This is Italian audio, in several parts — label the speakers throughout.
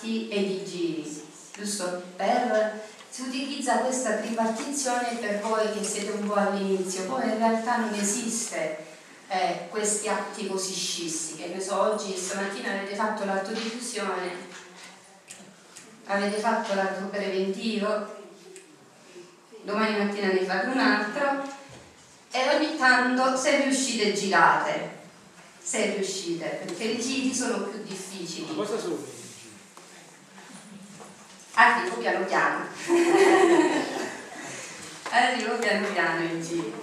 Speaker 1: atti e di giri, giusto? Si utilizza questa tripartizione per voi che siete un po' all'inizio, poi in realtà non esiste questi atti così scissi, che ne so, oggi stamattina avete fatto l'atto di fusione, avete fatto l'atto preventivo, domani mattina ne fate un altro e ogni tanto se riuscite girate, se riuscite, perché i giri sono più difficili.
Speaker 2: Ma cosa sono i giri?
Speaker 1: Arrivo piano piano. Arrivo piano piano i giri.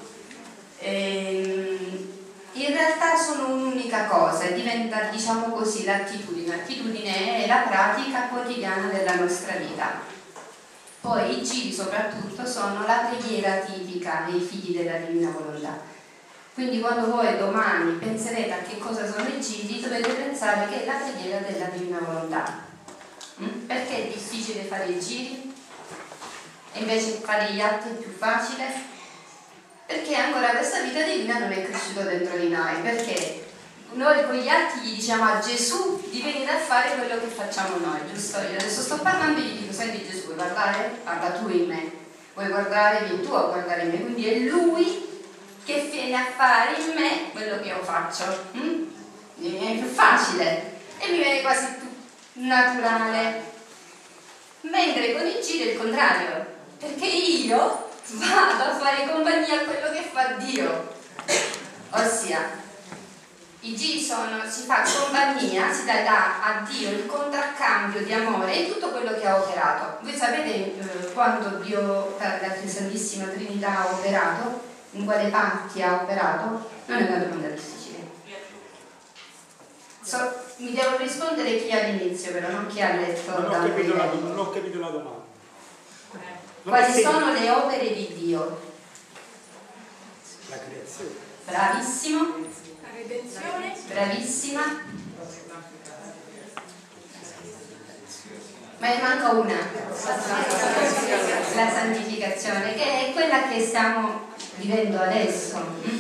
Speaker 1: In realtà sono un'unica cosa, diventa, diciamo così, l'attitudine. L'attitudine è la pratica quotidiana della nostra vita. Poi i giri soprattutto sono la preghiera tipica dei figli della Divina Volontà. Quindi quando voi domani penserete a che cosa sono i giri, dovete pensare che è la preghiera della Divina Volontà. Perché è difficile fare i giri e invece fare gli atti è più facile? Perché ancora questa vita divina non è cresciuta dentro di noi, perché noi con gli atti gli diciamo a Gesù di venire a fare quello che facciamo noi, giusto? Io adesso sto parlando e gli dico: senti Gesù, vuoi parlare? Parla tu in me, vuoi guardare? Vieni tu a guardare in me, quindi è Lui che viene a fare in me quello che io faccio. Mi viene più facile e mi viene quasi più naturale. Mentre con i giri è il contrario, perché io vado a fare compagnia a quello che fa Dio, ossia i giri si fa compagnia, si dà a Dio il contraccambio di amore in tutto quello che ha operato. Voi sapete quando Dio, la Santissima Trinità ha operato? In quale parti ha operato? Non è una domanda difficile. Mi devo rispondere chi all'inizio, però non chi ha letto.
Speaker 2: Non ho capito la domanda.
Speaker 1: Quali sono le opere di Dio?
Speaker 2: La creazione.
Speaker 1: Bravissimo.
Speaker 3: La redenzione.
Speaker 1: Bravissima. Ma ne manca una. La santificazione, che è quella che stiamo vivendo adesso.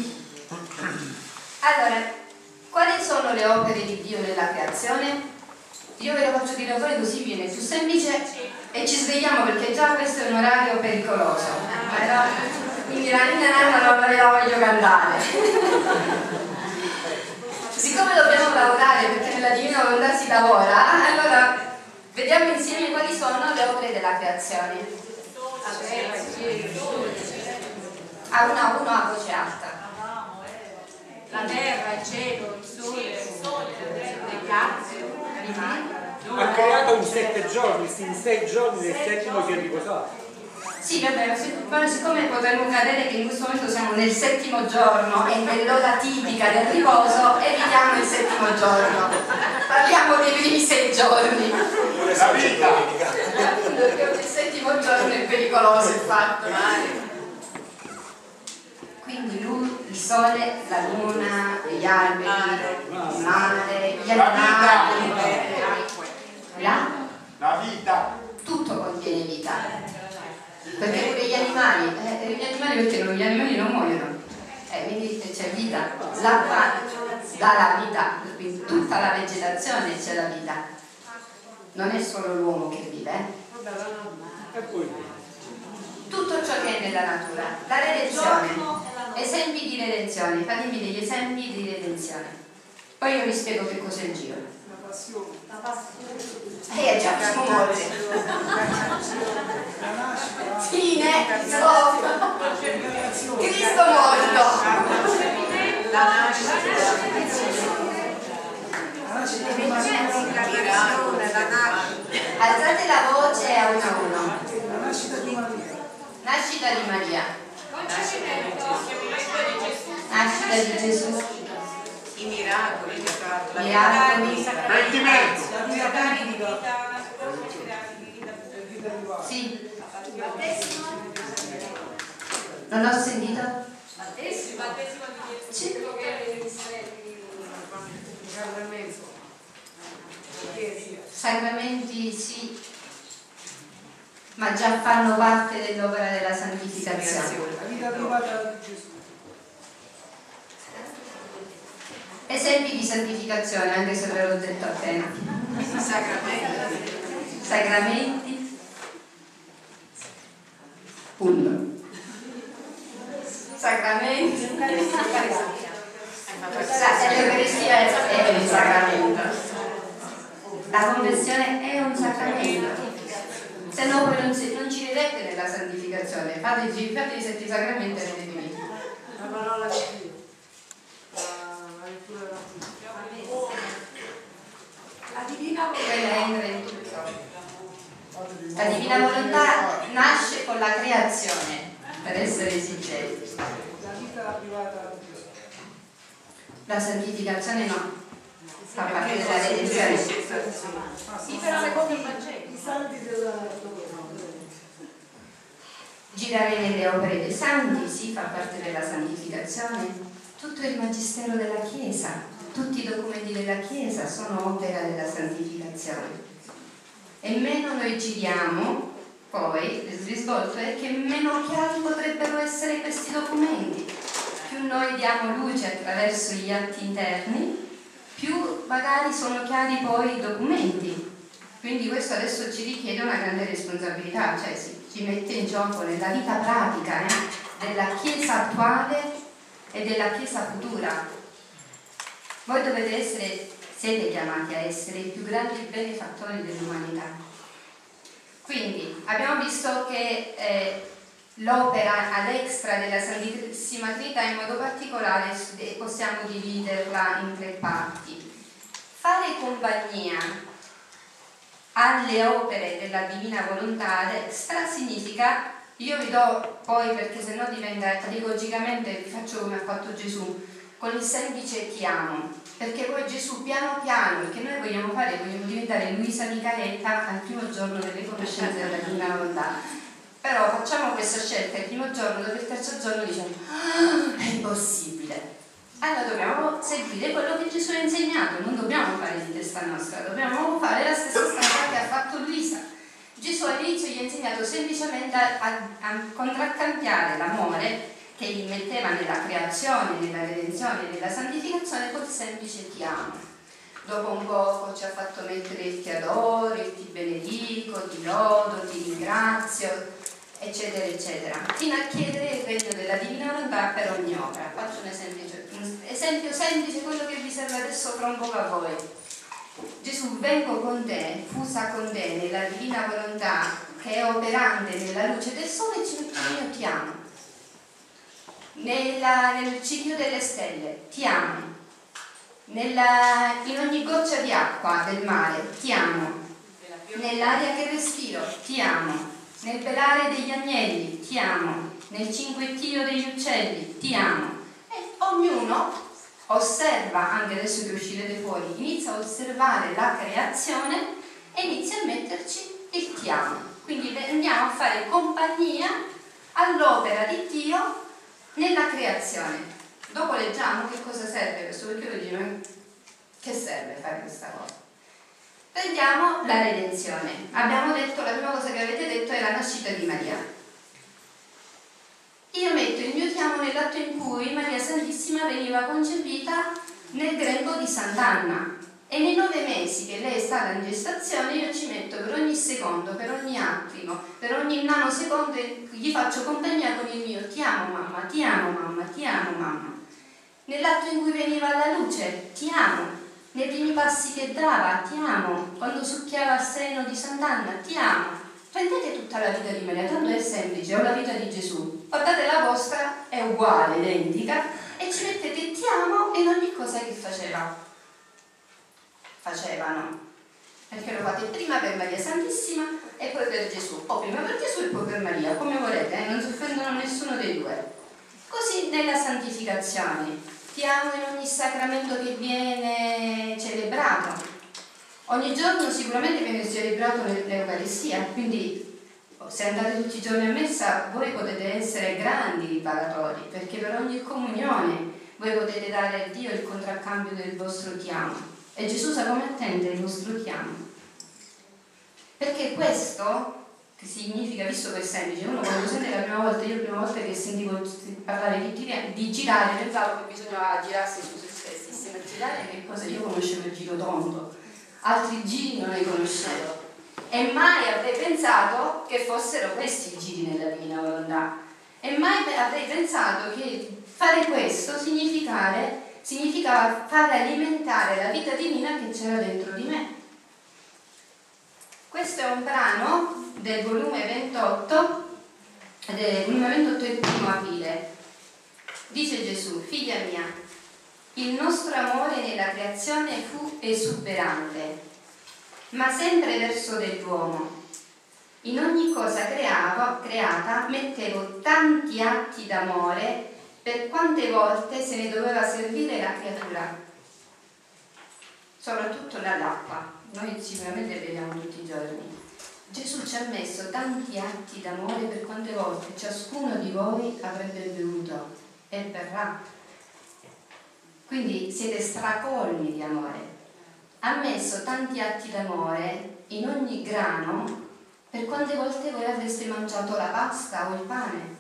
Speaker 1: Allora, quali sono le opere di Dio nella creazione? Io ve lo faccio dire fuori così viene più semplice e ci svegliamo, perché già questo è un orario pericoloso. Quindi la Nina Nanna non la voglio cantare. Siccome dobbiamo lavorare, perché nella Divina Volontà si lavora, allora vediamo insieme quali sono le opere della creazione. A uno a voce alta.
Speaker 3: La terra, il cielo, il sole, le piante, gli animali.
Speaker 2: Ha creato in 7 giorni, in 6 giorni del settimo si è riposato.
Speaker 1: Sì, vabbè, ma siccome potremmo cadere che in questo momento siamo nel settimo giorno e nell'ora tipica del riposo, evitiamo il settimo giorno. Parliamo dei primi 6 giorni.
Speaker 4: La vita!
Speaker 1: Perché il settimo giorno è pericoloso, infatti. Quindi lui, il sole, la luna, gli alberi, il mare, gli animali,
Speaker 4: la vita!
Speaker 1: Tutto contiene vita. Perché pure gli animali perché gli animali non muoiono, quindi c'è vita, l'acqua dà la vita, quindi tutta la vegetazione c'è la vita, non è solo l'uomo che vive. Tutto ciò che è nella natura. La redenzione, esempi di redenzione, fatemi degli esempi di redenzione, poi io vi spiego che cos'è il giro.
Speaker 3: La passione.
Speaker 1: Già siamo morti. Fine, stop. Cristo morto.
Speaker 3: La nascita.
Speaker 1: Alzate la voce a uno a uno.
Speaker 5: La nascita di Maria.
Speaker 1: Nascita di Maria. Nascita di Gesù.
Speaker 3: I miracoli che ha fatto.
Speaker 1: Miracoli.
Speaker 4: Pentimento!
Speaker 5: La vita politica.
Speaker 1: Sì. Non ho sentito?
Speaker 3: Battesimo di Gesù.
Speaker 1: Sì.
Speaker 3: Quello che era nei misteri.
Speaker 1: Sacramenti sì, ma già fanno parte dell'opera della santificazione.
Speaker 5: La vita privata di Gesù.
Speaker 1: Esempi di santificazione, anche se ve l'ho detto appena.
Speaker 3: Sacramenti.
Speaker 1: sacramenti, punto. Sacramenti, l'Eucaristia è un sacramento, la confessione è un sacramento, se no voi non ci vedete nella santificazione, fate i 7 sacramenti e avete finito.
Speaker 5: La parola di Dio. La lettura della
Speaker 3: La divina
Speaker 1: Quella entra in tutto. La divina volontà nasce con la creazione, per essere sinceri.
Speaker 5: la vita privata di Dio.
Speaker 1: La santificazione no, fa parte della redenzione.
Speaker 3: sì, però le cose in Vangelo.
Speaker 5: I santi della
Speaker 1: Girare nelle opere dei santi, sì, fa parte della santificazione. Tutto il magistero della Chiesa, tutti i documenti della Chiesa sono opera della santificazione. E meno noi giriamo, poi il risvolto è che meno chiari potrebbero essere questi documenti. Più noi diamo luce attraverso gli atti interni, più magari sono chiari poi i documenti. Quindi questo adesso ci richiede una grande responsabilità, cioè ci mette in gioco nella vita pratica della Chiesa attuale e della Chiesa futura. Voi siete chiamati a essere i più grandi benefattori dell'umanità. Quindi abbiamo visto che l'opera ad extra della Santissima Trinità in modo particolare possiamo dividerla in 3 parti. Fare compagnia alle opere della Divina Volontà ad extra significa, io vi do poi, perché sennò diventa pedagogicamente, vi faccio come ha fatto Gesù, con il semplice ti amo, perché poi Gesù piano piano, il che noi vogliamo fare, vogliamo diventare Luisa Micaretta al primo giorno delle conoscenze della Divina Volontà, però facciamo questa scelta il primo giorno, dopo il terzo giorno diciamo è impossibile. Allora dobbiamo seguire quello che Gesù ha insegnato, non dobbiamo fare di testa nostra, dobbiamo fare la stessa strada che ha fatto Luisa. Gesù all'inizio gli ha insegnato semplicemente a contraccambiare l'amore che gli metteva nella creazione, nella redenzione, nella santificazione col semplice ti amo. Dopo un poco ci ha fatto mettere il ti adoro, il ti benedico, ti lodo, ti ringrazio, eccetera eccetera, fino a chiedere il regno della Divina Volontà per ogni opera. Faccio un esempio semplice, quello che vi serve adesso fra un poco a voi. Gesù, vengo con te, fusa con te nella Divina Volontà che è operante nella luce del sole e ci metto io ti amo. Nel ciglio delle stelle ti amo, in ogni goccia di acqua del mare ti amo, nell'aria che respiro ti amo, nel belare degli agnelli ti amo, nel cinguettio degli uccelli ti amo. E ognuno osserva, anche adesso che uscirete fuori, inizia a osservare la creazione e inizia a metterci il ti amo. Quindi andiamo a fare compagnia all'opera di Dio nella creazione. Dopo leggiamo che cosa serve questo, perché lo dicono che serve fare questa cosa. Prendiamo la redenzione. Abbiamo detto, la prima cosa che avete detto è la nascita di Maria. Io metto il mio ti amo nell'atto in cui Maria Santissima veniva concepita nel grembo di Sant'Anna, e nei 9 mesi che lei è stata in gestazione io ci metto per ogni secondo, per ogni attimo, per ogni nanosecondo gli faccio compagnia con il mio ti amo mamma, ti amo mamma, ti amo mamma. Nell'atto in cui veniva alla luce, ti amo. Nei primi passi che dava, ti amo. Quando succhiava il seno di Sant'Anna, ti amo. Prendete tutta la vita di Maria, tanto è semplice, o la vita di Gesù. Guardate la vostra, è uguale, identica, e ci mettete ti amo in ogni cosa che facevano. Perché lo fate prima per Maria Santissima e poi per Gesù. O prima per Gesù e poi per Maria, come volete, non si offendono nessuno dei due. Così nella santificazione, ti amo in ogni sacramento che viene celebrato. Ogni giorno sicuramente viene celebrato l'Eucaristia, quindi se andate tutti i giorni a messa voi potete essere grandi riparatori, perché per ogni comunione voi potete dare a Dio il contraccambio del vostro ti amo. E Gesù sa come attende il vostro ti amo. Perché questo che significa, visto che è semplice, uno quando sente la prima volta, io la prima volta che sentivo parlare di girare, pensavo che bisognava girarsi su se stessi, ma girare che cosa? Io conoscevo il giro tondo, altri giri non li conoscevo. E mai avrei pensato che fossero questi i giri nella Divina Volontà. E mai avrei pensato che fare questo significava far alimentare la vita divina che c'era dentro di me. Questo è un brano del volume 28, il 1° aprile. Dice Gesù: figlia mia, il nostro amore nella creazione fu esuberante, ma sempre verso dell'uomo. In ogni cosa creata mettevo tanti atti d'amore per quante volte se ne doveva servire la creatura, soprattutto dall'acqua. Noi sicuramente beviamo tutti i giorni. Gesù ci ha messo tanti atti d'amore per quante volte ciascuno di voi avrebbe bevuto e berrà. Quindi siete stracolmi di amore. Ha messo tanti atti d'amore in ogni grano per quante volte voi avreste mangiato la pasta o il pane.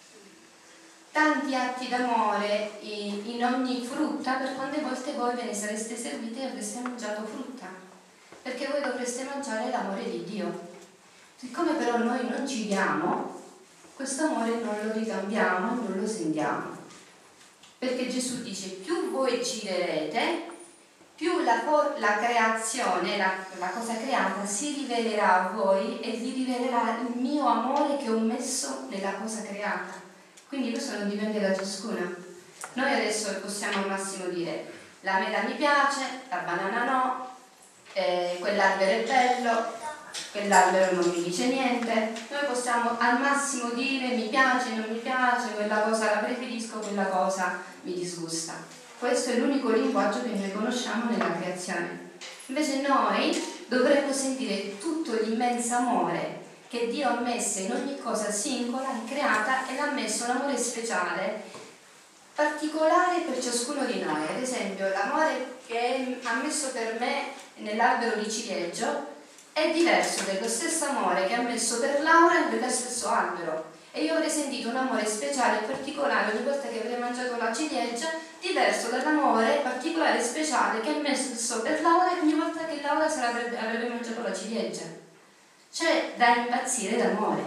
Speaker 1: Tanti atti d'amore in ogni frutta per quante volte voi ve ne sareste serviti e avreste mangiato frutta. Perché voi dovreste mangiare l'amore di Dio. Siccome però noi non ci diamo, questo amore non lo ricambiamo, non lo sentiamo. Perché Gesù dice: più voi girerete, più la creazione, la cosa creata si rivelerà a voi e vi rivelerà il mio amore che ho messo nella cosa creata. Quindi questo non dipende da ciascuna. Noi adesso possiamo al massimo dire: la mela mi piace, la banana no, quell'albero è bello, quell'albero non mi dice niente. Noi possiamo al massimo dire: mi piace, non mi piace, quella cosa la preferisco, quella cosa mi disgusta. Questo è l'unico linguaggio che noi conosciamo nella creazione. Invece noi dovremmo sentire tutto l'immenso amore che Dio ha messo in ogni cosa singola e creata, e l'ha messo un amore speciale, particolare per ciascuno di noi. Ad esempio, l'amore che ha messo per me nell'albero di ciliegio è diverso dello stesso amore che ha messo per Laura in quello stesso albero. E io avrei sentito un amore speciale e particolare ogni volta che avrei mangiato la ciliegia, diverso dall'amore particolare e speciale che ha messo per Laura ogni volta che Laura avrebbe mangiato la ciliegia. C'è da impazzire d'amore.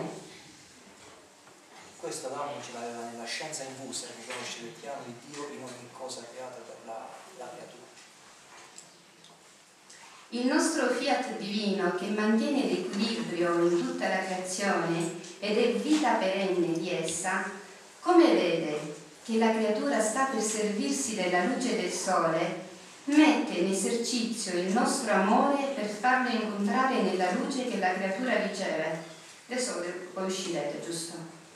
Speaker 6: Questo Adamo ce l'aveva nella scienza infusa, che conosce il piano di Dio in ogni cosa creata per la creatura.
Speaker 1: Il nostro fiat divino, che mantiene l'equilibrio in tutta la creazione ed è vita perenne di essa, come vede che la creatura sta per servirsi della luce del sole, mette in esercizio il nostro amore per farlo incontrare nella luce che la creatura riceve. Adesso voi uscirete, giusto?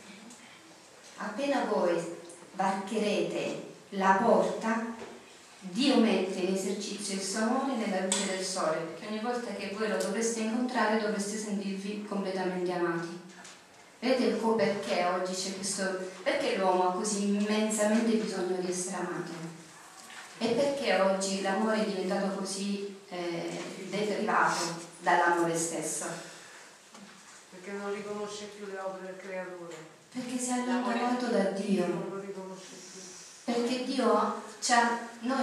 Speaker 1: Appena voi varcherete la porta, Dio mette in esercizio il suo amore nella luce del sole, perché ogni volta che voi lo dovreste incontrare dovreste sentirvi completamente amati. Vedete perché oggi c'è questo, perché l'uomo ha così immensamente bisogno di essere amato? E perché oggi l'amore è diventato così derivato dall'amore stesso?
Speaker 5: Perché non riconosce più le opere del creatore.
Speaker 1: Perché si è allontanato da Dio.
Speaker 5: Non lo riconosce più.
Speaker 1: Perché Dio ci ha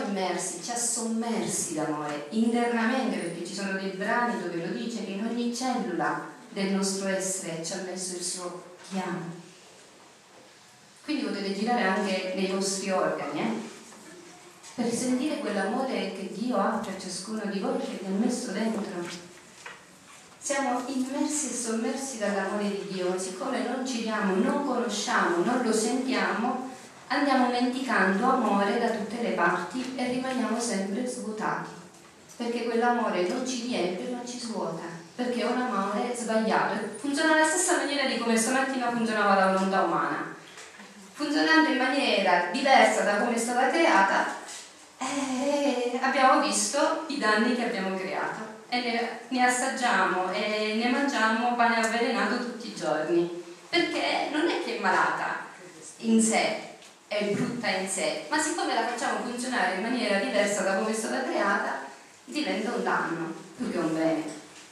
Speaker 1: sommersi d'amore internamente, perché ci sono dei brani dove lo dice che in ogni cellula del nostro essere ci ha messo il suo piano. Quindi potete girare anche nei vostri organi, per sentire quell'amore che Dio ha per ciascuno di voi, che vi ha messo dentro. Siamo immersi e sommersi dall'amore di Dio, ma siccome non ci diamo, non conosciamo, non lo sentiamo, andiamo menticando amore da tutte le parti e rimaniamo sempre svuotati, perché quell'amore non ci riempie, non ci svuota, perché è un amore sbagliato. Funziona alla stessa maniera di come stamattina funzionava la volontà umana, funzionando in maniera diversa da come è stata creata. Abbiamo visto i danni che abbiamo creato e ne assaggiamo e ne mangiamo pane avvelenato tutti i giorni, perché non è che è malata in sé, è brutta in sé, ma siccome la facciamo funzionare in maniera diversa da come è stata creata, diventa un danno più che un bene.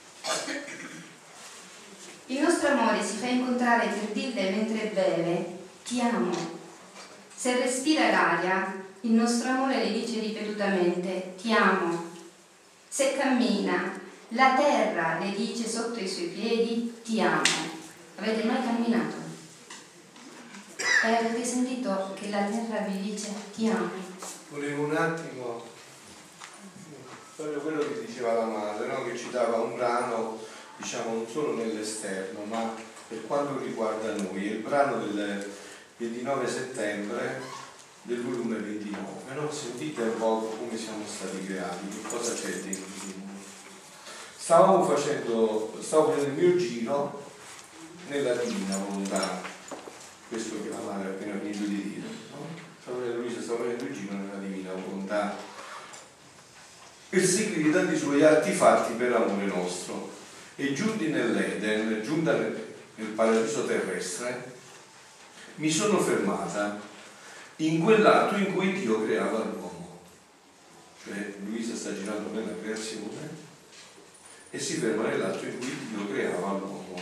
Speaker 1: Il nostro amore si fa incontrare per dirle mentre beve: ti amo. Se respira l'aria, il nostro amore le dice ripetutamente: ti amo. Se cammina, La terra le dice sotto i suoi piedi ti amo. Avete mai camminato? E avete sentito che la terra vi dice ti amo?
Speaker 7: Volevo un attimo, proprio quello che diceva la madre, no? Che ci dava un brano, diciamo, non solo nell'esterno, ma per quanto riguarda noi. Il brano del 29 settembre del volume 29, no? Sentite un po' come siamo stati creati, che cosa c'è dentro di noi. Stavo facendo il mio giro nella divina volontà, questo che la madre ha appena finito di dire, no? Luisa stava facendo il giro nella divina volontà, per seguire i tanti suoi atti fatti per amore nostro, e giunti nell'Eden, giunta nel paradiso terrestre, mi sono fermata in quell'atto in cui Dio creava l'uomo. Cioè Luisa sta girando nella creazione e si ferma nell'atto in cui Dio creava l'uomo.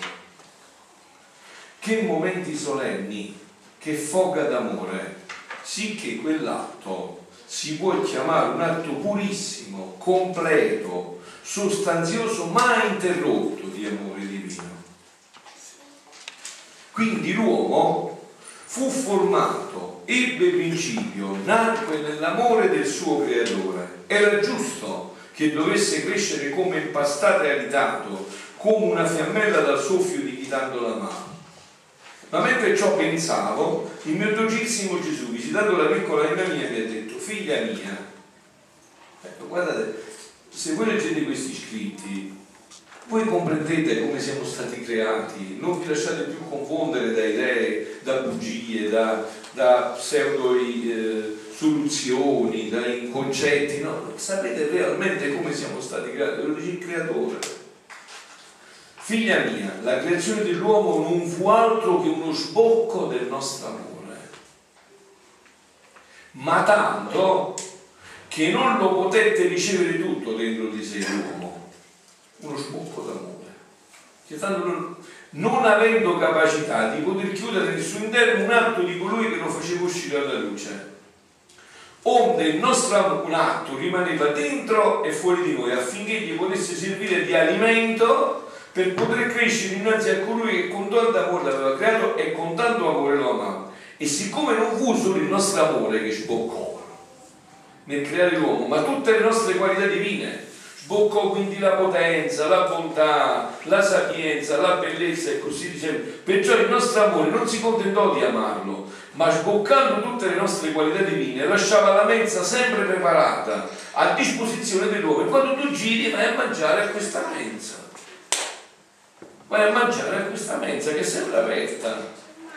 Speaker 7: Che momenti solenni, che foga d'amore, sì che quell'atto si può chiamare un atto purissimo, completo, sostanzioso, mai interrotto di amore divino. Quindi l'uomo fu formato, ebbe principio, nacque nell'amore del suo creatore. Era giusto che dovesse crescere come impastato e alitato, come una fiammella dal soffio di chi dando la mano. Ma mentre ciò pensavo, il mio dolcissimo Gesù, visitando la piccola Anna mia, mi ha detto: figlia mia, ecco, guardate, se voi leggete questi scritti, voi comprendete come siamo stati creati, non vi lasciate più confondere da idee, da bugie, da pseudo soluzioni, da concetti, no? Sapete realmente come siamo stati creati, lo dice il creatore. Figlia mia, la creazione dell'uomo non fu altro che uno sbocco del nostro amore, ma tanto che non lo potette ricevere tutto dentro di sé l'uomo, uno sbocco d'amore, che tanto non avendo capacità di poter chiudere nel suo interno un atto di colui che lo faceva uscire alla luce, onde il nostro atto rimaneva dentro e fuori di noi, affinché gli potesse servire di alimento per poter crescere innanzi a colui che con tanto amore l'aveva creato e con tanto amore lo amava. E siccome non fu solo il nostro amore che sboccò nel creare l'uomo, ma tutte le nostre qualità divine, sboccò quindi la potenza, la bontà, la sapienza, la bellezza e così dicendo. Perciò il nostro amore non si contentò di amarlo, ma sboccando tutte le nostre qualità divine lasciava la mensa sempre preparata a disposizione dell'uomo. E quando tu giri vai a mangiare a questa mensa, vai a mangiare a questa mensa che è sempre aperta,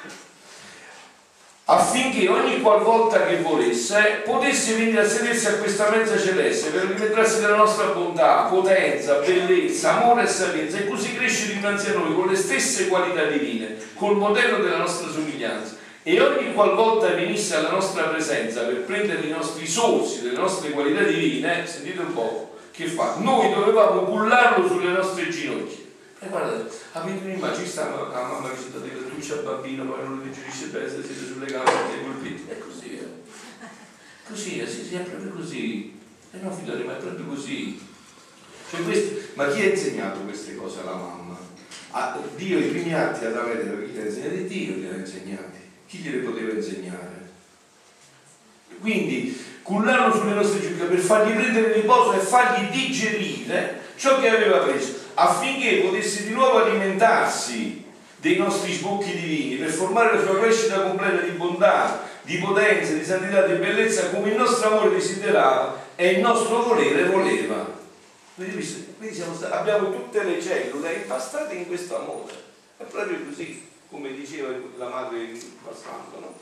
Speaker 7: affinché ogni qualvolta che volesse potesse venire a sedersi a questa mensa celeste per alimentarsi della nostra bontà, potenza, bellezza, amore e sapienza, e così crescere innanzi a noi con le stesse qualità divine, col modello della nostra somiglianza. E ogni qualvolta venisse alla nostra presenza per prendere i nostri sorsi, le nostre qualità divine, sentite un po' che fa? Noi dovevamo cullarlo sulle nostre ginocchia. E guardate, avete un'immagine, sta la mamma che si dà dei lattucci al bambino, poi non lo digerisce bene, si siede sulle gambe e colpiti. È così, così, sì, è proprio così. No, figlioli, ma è proprio così. Cioè, ma chi ha insegnato queste cose alla mamma? Dio i primi atti ad avere, chi li ha insegnati? Dio li ha insegnati. Chi gliele poteva insegnare? Quindi, cullarlo sulle nostre ginocchia per fargli prendere riposo e fargli digerire ciò che aveva preso, affinché potesse di nuovo alimentarsi dei nostri sbocchi divini per formare la sua crescita completa di bontà, di potenza, di santità, di bellezza, come il nostro amore desiderava e il nostro volere voleva. Quindi abbiamo tutte le cellule impastate in questo amore. È proprio così, come diceva la madre passando, no?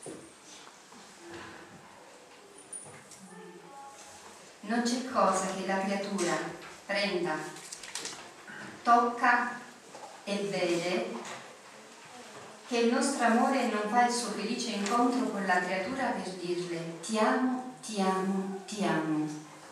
Speaker 1: Non c'è cosa che la creatura prenda, tocca e vede che il nostro amore non fa il suo felice incontro con la creatura per dirle ti amo, ti amo, ti amo.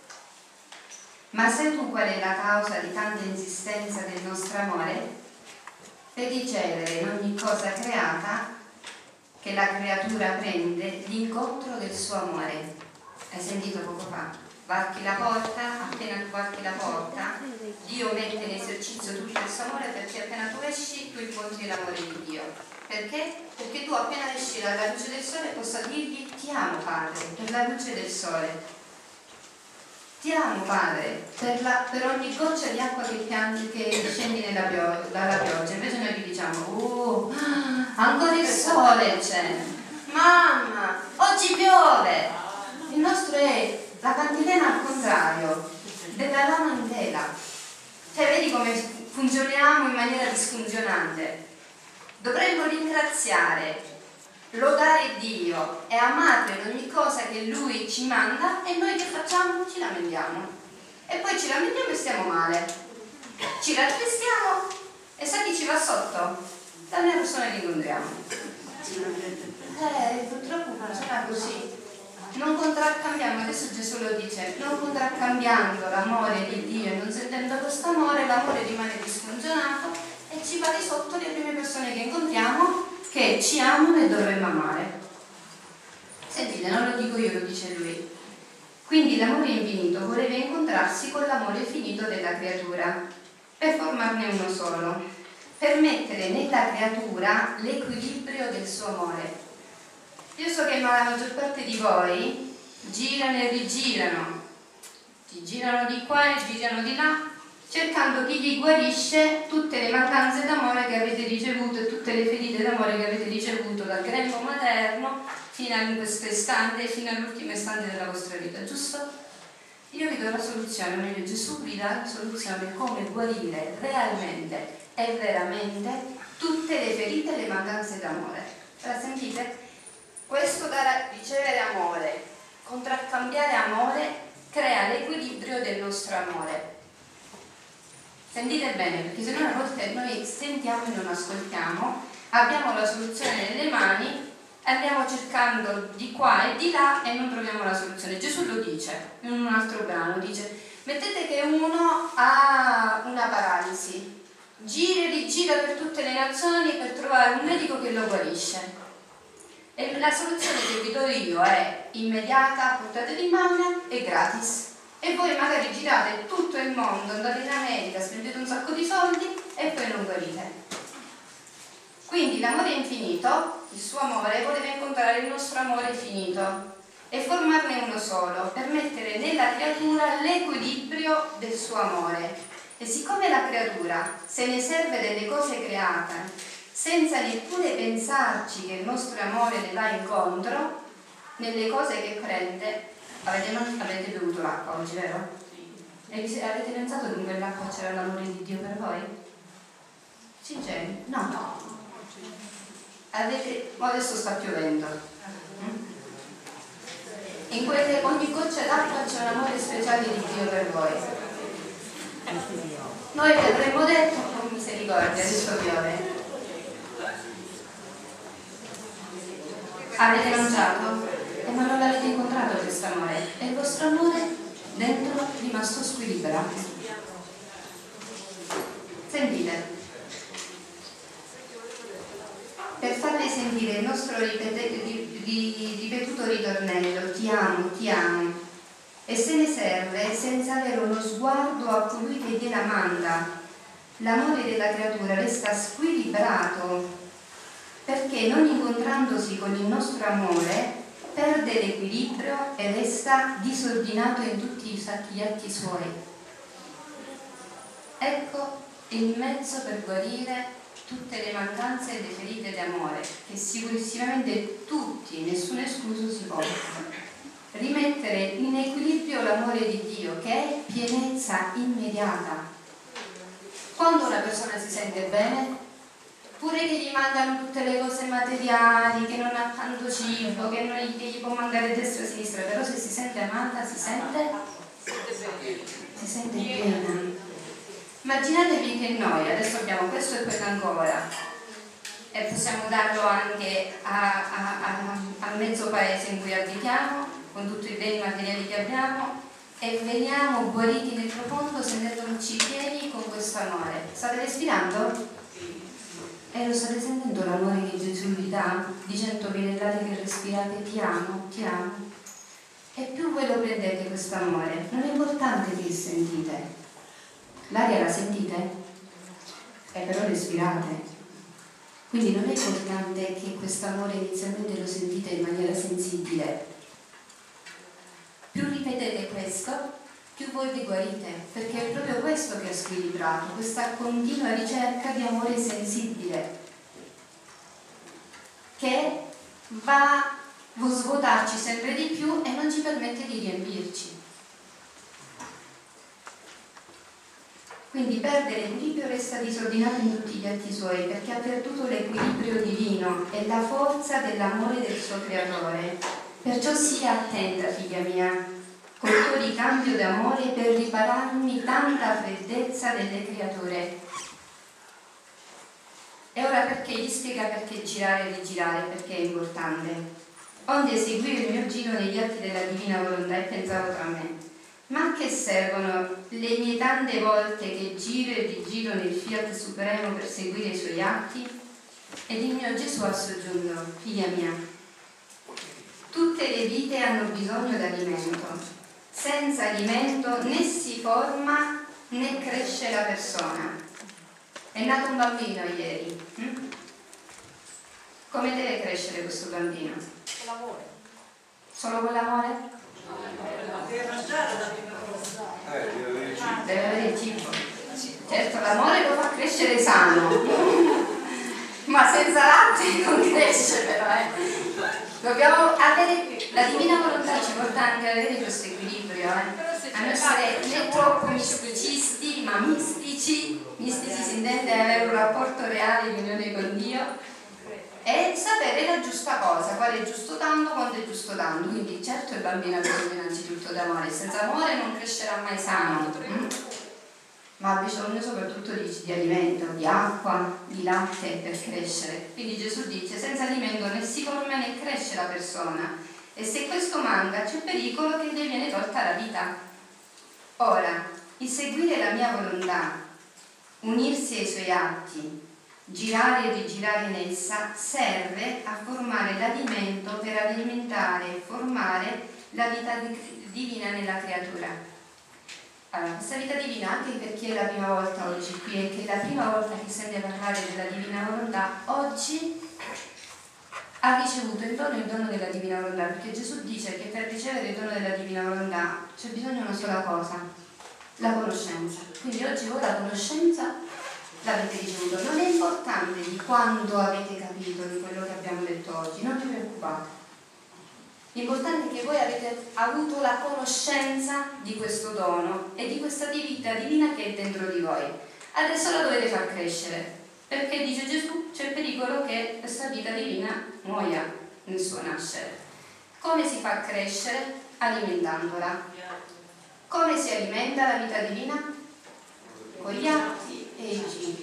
Speaker 1: Ma sai tu qual è la causa di tanta insistenza del nostro amore? Per ricevere in ogni cosa creata che la creatura prende l'incontro del suo amore. Hai sentito poco fa? varchi la porta, appena tu varchi la porta, Dio mette in esercizio tutto il suo amore, perché appena tu esci tu incontri l'amore di Dio. Perché? Perché tu appena esci dalla luce del sole possa dirgli: ti amo Padre, per la luce del sole. Ti amo Padre, per ogni goccia di acqua che scendi dalla pioggia. Invece noi gli diciamo: ancora il sole c'è, mamma, oggi piove. Il nostro è la cantilena al contrario, della lama in tela. Cioè, vedi come funzioniamo in maniera disfunzionante. Dovremmo ringraziare, lodare Dio e amarlo in ogni cosa che Lui ci manda, e noi che facciamo? Ci lamentiamo. E poi ci lamentiamo e stiamo male. Ci rattristiamo e sa chi ci va sotto? Dalle persone che incontriamo. Purtroppo funziona così. Non contraccambiamo, adesso Gesù lo dice, non contraccambiando l'amore di Dio e non sentendo questo amore, l'amore rimane disfunzionato e ci va di sotto le prime persone che incontriamo, che ci amano e dovremmo amare. Sentite, non lo dico io, lo dice lui. Quindi l'amore infinito voleva incontrarsi con l'amore finito della creatura per formarne uno solo, per mettere nella creatura l'equilibrio del suo amore. Io so che la maggior parte di voi girano e rigirano, ti girano di qua e girano di là, cercando chi vi guarisce tutte le mancanze d'amore che avete ricevuto e tutte le ferite d'amore che avete ricevuto dal grembo materno fino a questo istante, fino all'ultimo istante della vostra vita, giusto? Io vi do la soluzione, o meglio Gesù vi dà la soluzione come guarire realmente e veramente tutte le ferite e le mancanze d'amore. La sentite? Questo da ricevere amore, contraccambiare amore, crea l'equilibrio del nostro amore. Sentite bene, perché se no a volte noi sentiamo e non ascoltiamo, abbiamo la soluzione nelle mani, andiamo cercando di qua e di là e non troviamo la soluzione. Gesù lo dice in un altro brano, dice: mettete che uno ha una paralisi, gira e rigira per tutte le nazioni per trovare un medico che lo guarisce. E la soluzione che vi do io è immediata, a portata di mano e gratis. E voi magari girate tutto il mondo, andate in America, spendete un sacco di soldi e poi non guarite. Quindi l'amore infinito, il suo amore, voleva incontrare il nostro amore finito e formarne uno solo, per mettere nella creatura l'equilibrio del suo amore. E siccome la creatura se ne serve delle cose create, senza neppure pensarci che il nostro amore le va incontro, nelle cose che prende. Avete bevuto l'acqua oggi, vero? E avete pensato che in quell'acqua c'era l'amore di Dio per voi? Sinceri? No. Adesso sta piovendo. In ogni goccia d'acqua c'è un amore speciale di Dio per voi. Noi vi avremmo detto: con misericordia, adesso piove. Avete mangiato? Ma non l'avete incontrato questo amore, e il vostro amore dentro è rimasto squilibrato. Sentite, per farle sentire il nostro ripetuto ritornello: ti amo, e se ne serve senza avere uno sguardo a colui che gliela manda. L'amore della creatura resta squilibrato, perché non incontrandosi con il nostro amore perde l'equilibrio e resta disordinato in tutti gli atti suoi. Ecco il mezzo per guarire tutte le mancanze e le ferite d'amore, che sicurissimamente tutti, nessuno escluso, si possono. Rimettere in equilibrio l'amore di Dio, che è pienezza immediata. Quando una persona si sente bene, pure che gli mancano tutte le cose materiali, che non ha tanto cibo, che gli può mancare destra e sinistra, però se si sente amata, si sente piena. Immaginatevi che noi adesso abbiamo questo e quello ancora, e possiamo darlo anche al mezzo paese in cui abitiamo, con tutti i beni materiali che abbiamo, e veniamo guariti nel profondo sentendoci pieni con questo amore. State respirando? E lo state sentendo l'amore che Gesù vi dà, dicendovi nell'aria che respirate: ti amo, ti amo. e più voi lo prendete questo amore. Non è importante che sentite. L'aria la sentite? Però respirate. Quindi non è importante che questo amore inizialmente lo sentite in maniera sensibile. Più ripetete questo, più voi vi guarite, perché è proprio questo che ha squilibrato, questa continua ricerca di amore sensibile, che va a svuotarci sempre di più e non ci permette di riempirci. Quindi perde l'equilibrio, resta disordinato in tutti gli atti suoi, perché ha perduto l'equilibrio divino e la forza dell'amore del suo creatore. Perciò sia attenta, figlia mia, col tuo ricambio d'amore per ripararmi tanta freddezza delle creature. E ora perché gli spiega perché girare e rigirare, perché è importante. Onde eseguire il mio giro negli atti della divina volontà, e pensavo tra me, ma a che servono le mie tante volte che giro e rigiro nel Fiat Supremo per seguire i suoi atti? Ed il mio Gesù ha soggiunto, figlia mia, tutte le vite hanno bisogno d'alimento. Senza alimento né si forma né cresce la persona. È nato un bambino ieri. Come deve crescere questo bambino?
Speaker 3: Con l'amore.
Speaker 1: Solo con l'amore?
Speaker 5: Deve mangiare da
Speaker 1: Deve avere il cibo. Certo, l'amore lo fa crescere sano, ma senza latte non cresce però. Dobbiamo avere, la divina volontà ci porta anche ad avere questo equilibrio, a non essere né troppo misticisti, ma mistici. Mistici si intende avere un rapporto reale di unione con Dio e sapere la giusta cosa, quale è giusto tanto, quanto è giusto tanto. Quindi certo il bambino ha bisogno innanzitutto d'amore, senza amore non crescerà mai sano, ma ha bisogno soprattutto di alimento, di acqua, di latte per crescere. Quindi Gesù dice, senza alimento né si forma né cresce la persona, e se questo manca c'è pericolo che ne viene tolta la vita. Ora, il seguire la mia volontà, unirsi ai suoi atti, girare e rigirare in essa, serve a formare l'alimento per alimentare e formare la vita divina nella creatura. Allora, questa vita divina, anche per chi è la prima volta oggi qui e che è la prima volta che sente parlare della divina volontà, oggi ha ricevuto il dono della divina volontà, perché Gesù dice che per ricevere il dono della divina volontà c'è bisogno di una sola cosa, la conoscenza. Quindi oggi voi la conoscenza l'avete ricevuto. Non è importante di quanto avete capito di quello che abbiamo detto oggi, non vi preoccupate. L'importante è che voi avete avuto la conoscenza di questo dono e di questa vita divina che è dentro di voi. Adesso la dovete far crescere, perché dice Gesù c'è il pericolo che questa vita divina muoia nel suo nascere. Come si fa crescere? Alimentandola. Come si alimenta la vita divina? Con gli atti e i giri.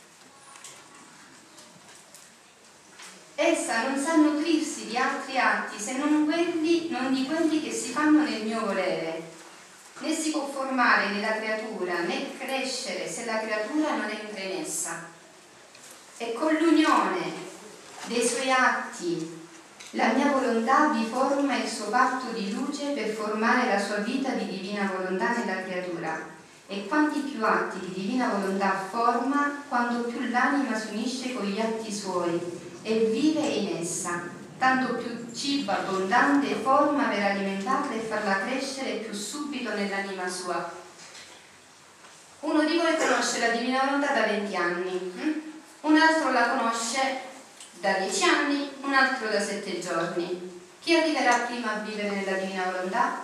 Speaker 1: Essa non sa nutrirsi di altri atti se non di quelli che si fanno nel mio volere, né si può formare nella creatura né crescere se la creatura non entra in essa. E con l'unione dei suoi atti la mia volontà vi forma il suo patto di luce per formare la sua vita di divina volontà nella creatura. E quanti più atti di divina volontà forma, quanto più l'anima si unisce con gli atti suoi e vive in essa, tanto più cibo abbondante forma per alimentarla e farla crescere più subito nell'anima sua. Uno di voi conosce la divina volontà da 20 anni, un altro la conosce da 10 anni, un altro da 7 giorni. Chi arriverà prima a vivere nella divina volontà?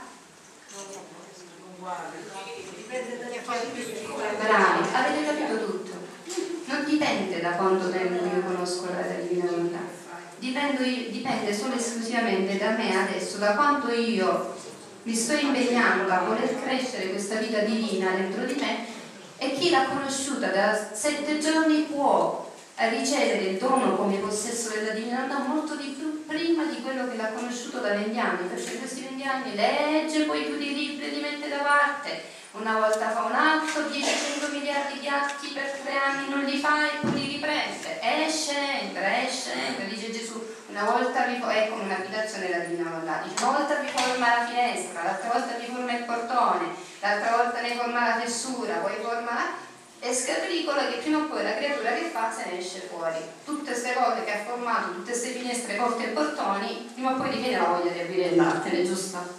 Speaker 1: Bravi, avete capito tutto. Non dipende da quanto tempo io conosco la divina volontà, dipende solo e esclusivamente da me adesso, da quanto io mi sto impegnando a voler crescere questa vita divina dentro di me. E chi l'ha conosciuta da 7 giorni può ricevere il dono come possesso della divina volontà molto di più prima di quello che l'ha conosciuto da 20 anni, perché in questi 20 anni legge, poi chiude i libri e li mette da parte. Una volta fa un altro, 10-100 miliardi di atti per 3 anni non li fa e poi li riprende. Esce, entra, dice Gesù. una volta è come un'abitazione della Divina Volontà, dice una volta vi forma la finestra, l'altra volta vi forma il portone, l'altra volta ne forma la fessura, poi forma e scapricola che prima o poi la creatura che fa se ne esce fuori. Tutte queste cose che ha formato, tutte queste finestre, porte e portoni, prima o poi ti viene la voglia di aprire il latte, giusto?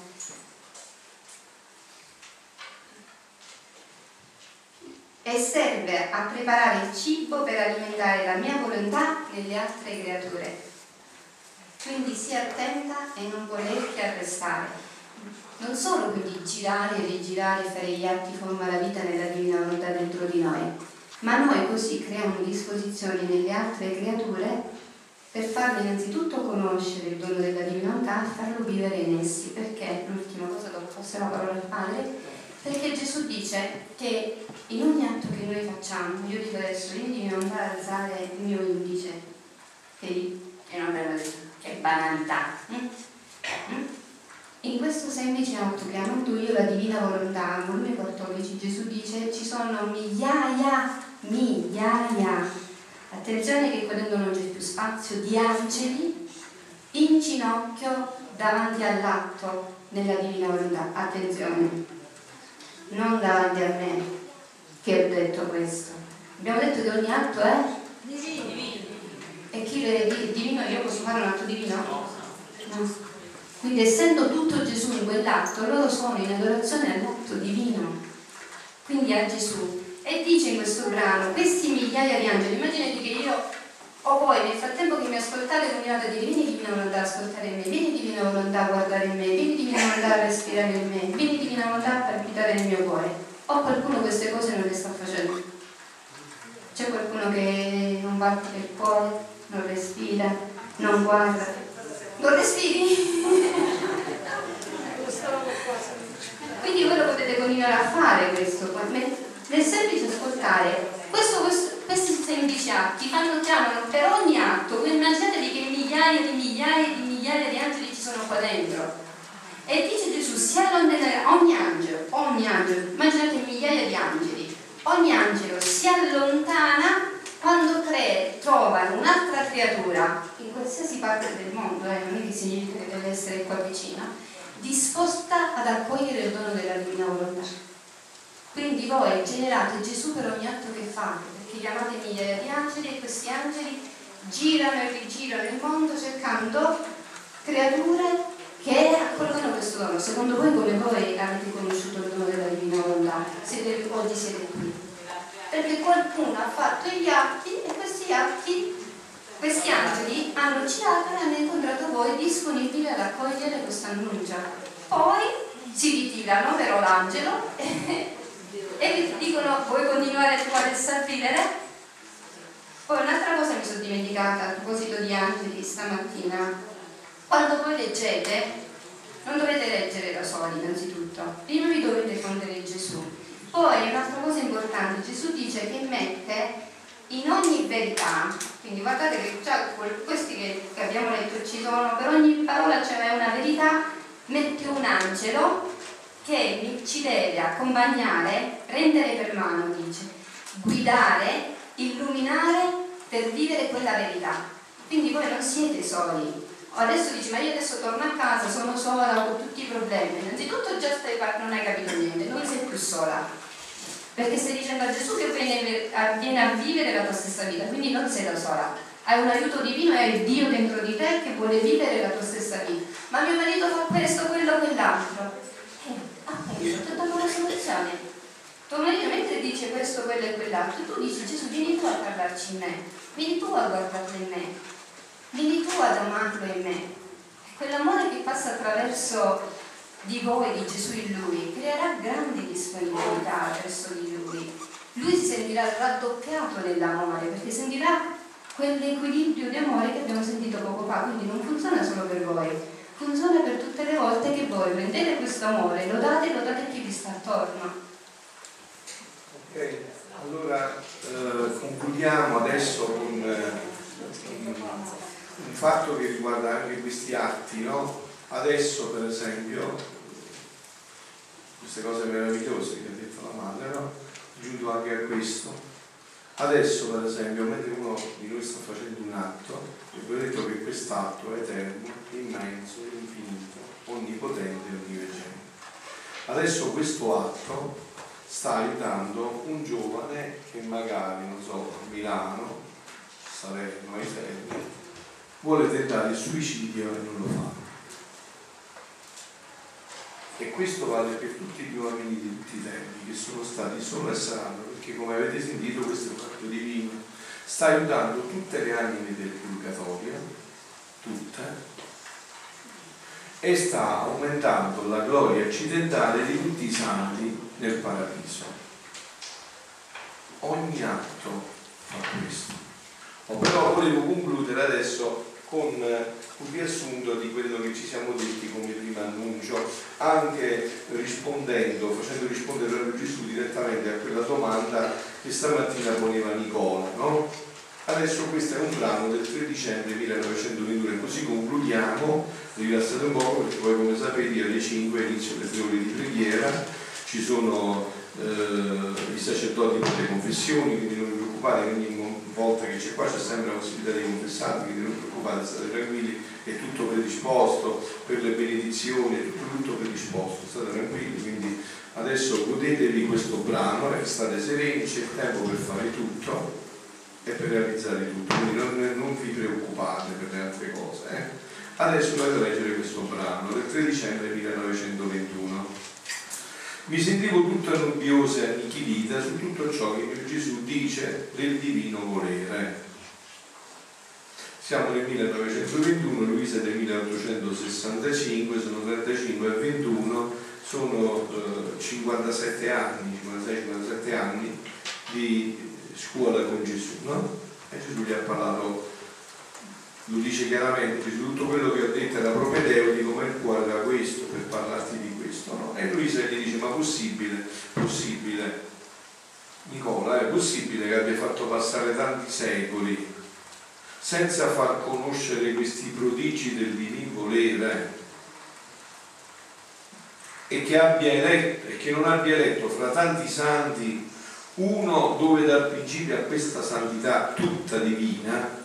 Speaker 1: E serve a preparare il cibo per alimentare la mia volontà nelle altre creature. Quindi sii attenta e non volerti arrestare. Non solo quindi girare, rigirare, fare gli atti forma la vita nella Divina Volontà dentro di noi, ma noi così creiamo disposizioni nelle altre creature per farle innanzitutto conoscere il dono della Divina Volontà e farlo vivere in essi. Perché? L'ultima cosa dopo fosse la parola del Padre, perché Gesù dice che in ogni atto che noi facciamo, io dico adesso, io devo andare ad alzare il mio indice, che è una bella che è banalità. In questo semplice atto che amando io la Divina Volontà, volume 14, Gesù dice ci sono migliaia, attenzione che qua dentro non c'è più spazio, di angeli in ginocchio davanti all'atto nella Divina Volontà. Attenzione, non davanti a me che ho detto questo. Abbiamo detto che ogni atto è divino. E chi vede divino, io posso fare un atto divino? No. Quindi essendo tutto Gesù in quell'atto, loro sono in adorazione all'atto divino, quindi a Gesù. E dice in questo brano, questi migliaia di angeli, immaginate che io, o voi nel frattempo che mi ascoltate continuate a dire vieni Divina Volontà a ascoltare in me, vieni Divina Volontà a guardare in me, vieni Divina Volontà a respirare in me, vieni Divina Volontà a palpitare nel mio cuore. O qualcuno queste cose non le sta facendo? C'è qualcuno che non batte il cuore, non respira, non guarda? Non respiri? Quindi voi lo potete continuare a fare questo, nel semplice ascoltare. Questi semplici atti chiamano per ogni atto, voi immaginatevi che migliaia di angeli ci sono qua dentro. E dice Gesù, si allontanerà ogni angelo, immaginate migliaia di angeli, ogni angelo si allontana quando trovano un'altra creatura in qualsiasi parte del mondo, non è che significa che deve essere qua vicino, disposta ad accogliere il dono della Divina Volontà. Quindi voi generate Gesù per ogni atto che fate, perché chiamate migliaia di angeli e questi angeli girano e rigirano il mondo cercando creature che accolgono questo dono. Secondo voi come voi avete conosciuto il dono della Divina Volontà? Oggi siete qui. Perché qualcuno ha fatto gli atti e questi angeli hanno girato e hanno incontrato voi disponibili ad accogliere questa annuncia. Poi si ritirano però l'angelo e vi dicono vuoi continuare tu adesso a vivere? Poi un'altra cosa mi sono dimenticata a proposito di angeli stamattina. Quando voi leggete non dovete leggere da soli innanzitutto, prima vi dovete fondere Gesù. Poi un'altra cosa importante, Gesù dice che mette in ogni verità, quindi guardate che già questi che abbiamo letto ci sono, per ogni parola c'è una verità, mette un angelo che ci deve accompagnare, prendere per mano, dice, guidare, illuminare per vivere quella verità. Quindi voi non siete soli. Adesso dici, ma io adesso torno a casa, sono sola, ho tutti i problemi. Innanzitutto già non hai capito niente, non sei più sola. Perché stai dicendo a Gesù che viene a vivere la tua stessa vita, quindi non sei da sola. Hai un aiuto divino e hai Dio dentro di te che vuole vivere la tua stessa vita. Ma mio marito fa questo, quello, quell'altro. Ti ho dato una soluzione. Tuo marito mentre dice questo, quello e quell'altro, tu dici Gesù vieni tu a parlarci in me, vieni tu a guardarlo in me, vieni tu ad amarlo in me. Quell'amore che passa attraverso di voi, di Gesù in lui, creerà grande disponibilità verso di lui. Lui si sentirà raddoppiato nell'amore, perché sentirà quell'equilibrio di amore che abbiamo sentito poco fa. Quindi non funziona solo per voi, funziona per tutte le volte che voi prendete questo amore, lo date a chi vi sta attorno.
Speaker 7: Ok, allora concludiamo adesso con un fatto che riguarda anche questi atti, no? Adesso per esempio queste cose meravigliose che ha detto la madre, no? Aggiungo anche a questo, Adesso, per esempio, mentre uno di noi sta facendo un atto, vi ho detto che quest'atto è eterno, immenso, infinito, onnipotente e onniveggente. Adesso questo atto sta aiutando un giovane che magari, non so, a Milano, Salerno, ai Terni, vuole tentare il suicidio e non lo fa. E questo vale per tutti gli uomini di tutti i tempi che sono stati solo e saranno, perché come avete sentito questo è un atto divino, sta aiutando tutte le anime del purgatorio, tutte, e sta aumentando la gloria accidentale di tutti i santi nel paradiso. Ogni atto fa questo. Però volevo concludere adesso con un riassunto di quello che ci siamo detti come primo annuncio, anche rispondendo, facendo rispondere proprio Gesù direttamente a quella domanda che stamattina poneva Nicola, no? Adesso questo è un brano del 3 dicembre 1921 e così concludiamo, rilassate un po' perché poi come sapete alle 5 inizio le 3 ore di preghiera, ci sono i sacerdoti per le confessioni, quindi non vi preoccupate, ogni volta che c'è qua c'è sempre la possibilità di confessare, quindi non vi preoccupate, state tranquilli, è tutto predisposto per le benedizioni, è tutto predisposto, state tranquilli, quindi adesso godetevi questo brano e state sereni, c'è il tempo per fare tutto e per realizzare tutto, quindi non vi preoccupate per le altre cose. Adesso vado a leggere questo brano del 3 dicembre 1921. Mi sentivo tutta nobbiosa e annichilita su tutto ciò che mio Gesù dice del divino volere. Siamo nel 1921, Luisa è del 1865, sono 35 e 21, sono 57 anni, 56-57 anni di scuola con Gesù, no? E Gesù gli ha parlato, lo dice chiaramente, tutto quello che ho detto era propedeutico, ma il cuore era questo, per parlarti di questo, no? E Luisa gli dice, ma possibile, Nicola, è possibile che abbia fatto passare tanti secoli senza far conoscere questi prodigi del divin volere e che abbia eletto, e che non abbia eletto fra tanti santi uno dove dal principio a questa santità tutta divina?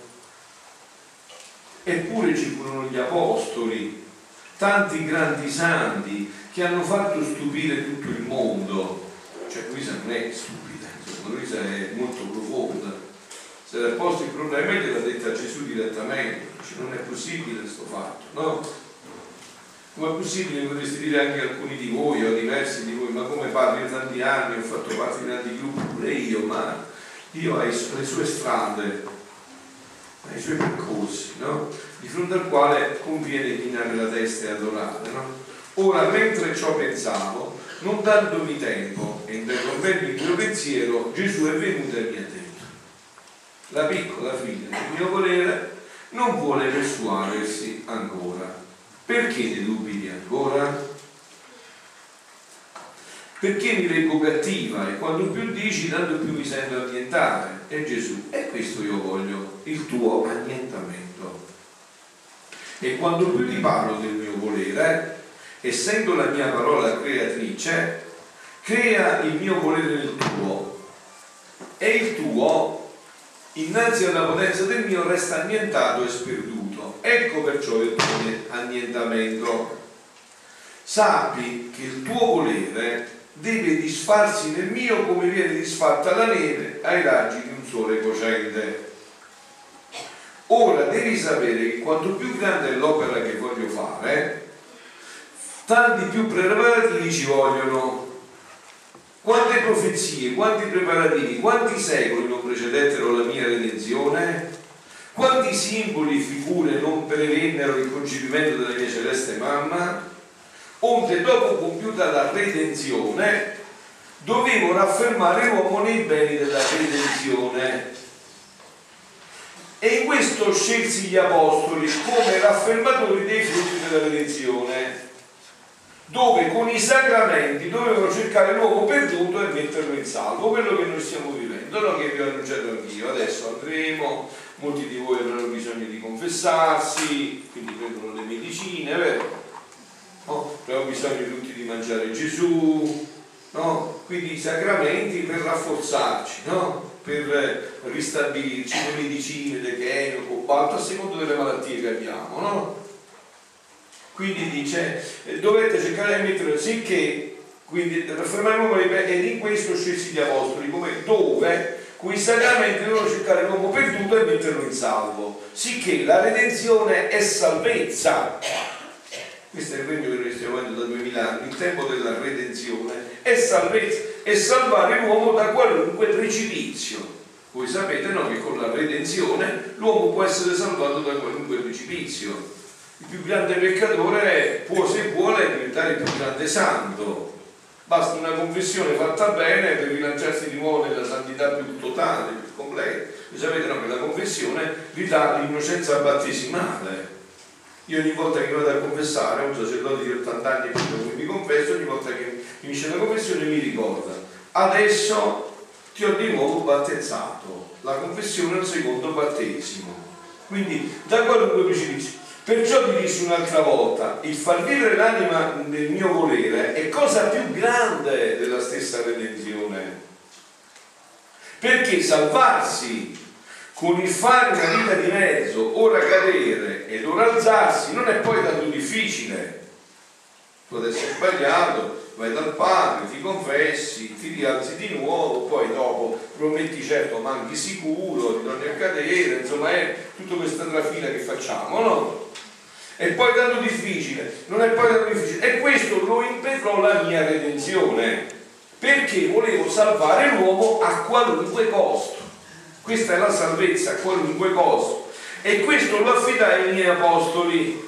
Speaker 7: Eppure ci furono gli apostoli, tanti grandi santi che hanno fatto stupire tutto il mondo. Cioè Luisa non è stupida, insomma, Luisa è molto profonda. Se l'ha posto il problema gliel'ha detto a Gesù direttamente, cioè, non è possibile questo fatto, no? Come è possibile, potresti dire anche alcuni di voi o diversi di voi, ma come parli, io tanti anni ho fatto parte di tanti gruppi, pure io, ma Dio ha le sue strade, ai suoi percorsi, no? Di fronte al quale conviene chinare la testa e adorare, no? Ora, mentre ciò pensavo, non dandomi tempo e interrompendo il mio pensiero, Gesù è venuto e mi ha detto: la piccola figlia del mio volere non vuole persuadersi ancora. Perché ne dubiti ancora? Perché mi leggo cattiva e quanto più dici tanto più mi sento annientare. E Gesù, e questo io voglio, il tuo annientamento. E quanto più ti parlo del mio volere, essendo la mia parola creatrice, crea il mio volere nel tuo, e il tuo innanzi alla potenza del mio resta annientato e sperduto. Ecco perciò il tuo annientamento. Sappi che il tuo volere deve disfarsi nel mio come viene disfatta la neve ai raggi di un sole cocente. Ora devi sapere che quanto più grande è l'opera che voglio fare, tanti più preparativi ci vogliono. Quante profezie, quanti preparativi, quanti secoli non precedettero la mia redenzione? Quanti simboli e figure non prevennero il concepimento della mia celeste mamma? Onde dopo compiuta la redenzione dovevo raffermare l'uomo nei beni della redenzione. E in questo scelsi gli apostoli come raffermatori dei frutti della redenzione, dove con i sacramenti dovevano cercare l'uomo perduto e metterlo in salvo, quello che noi stiamo vivendo, no? Che vi ho annunciato anch'io. Adesso andremo, molti di voi avranno bisogno di confessarsi, quindi prendono le medicine, vero? No? Abbiamo bisogno tutti di mangiare Gesù, no? Quindi i sacramenti per rafforzarci, no? per ristabilirci le medicine, le chemie, cobalto, a seconda delle malattie che abbiamo, no? Quindi dice, dovete cercare di mettere sicché, quindi per fermare l'uomo, ed in questo scelse gli apostoli, come dove cui sacramenti devono cercare l'uomo perduto e metterlo in salvo, sicché la redenzione è salvezza. Questo è il regno che noi stiamo avendo da 2000 anni, il tempo della redenzione è salvezza, è salvare l'uomo da qualunque precipizio. Voi sapete, no, che con la redenzione l'uomo può essere salvato da qualunque precipizio. Il più grande peccatore può, se vuole, diventare il più grande santo. Basta una confessione fatta bene per rilanciarsi di nuovo nella santità più totale, più completa. Voi sapete, no, che la confessione vi dà l'innocenza battesimale. Io ogni volta che vado a confessare, un sacerdote di 80 anni che mi confesso, ogni volta che finisce la confessione mi ricorda: adesso ti ho di nuovo battezzato. La confessione è il secondo battesimo. Quindi da qualunque precipizio. Perciò ti dissi un'altra volta, il far vivere l'anima nel mio volere è cosa più grande della stessa redenzione. Perché salvarsi con il fare una vita di mezzo, ora cadere ed ora alzarsi, non è poi tanto difficile. Tu adesso hai sbagliato, vai dal padre, ti confessi, ti rialzi di nuovo, poi dopo prometti certo manchi sicuro, ritorni a cadere, insomma è tutta questa trafila che facciamo, no? E poi tanto difficile, non è poi tanto difficile. E questo lo impetrò la mia redenzione, perché volevo salvare l'uomo a qualunque costo. Questa è la salvezza, a qualunque costo. E questo lo affidai ai miei apostoli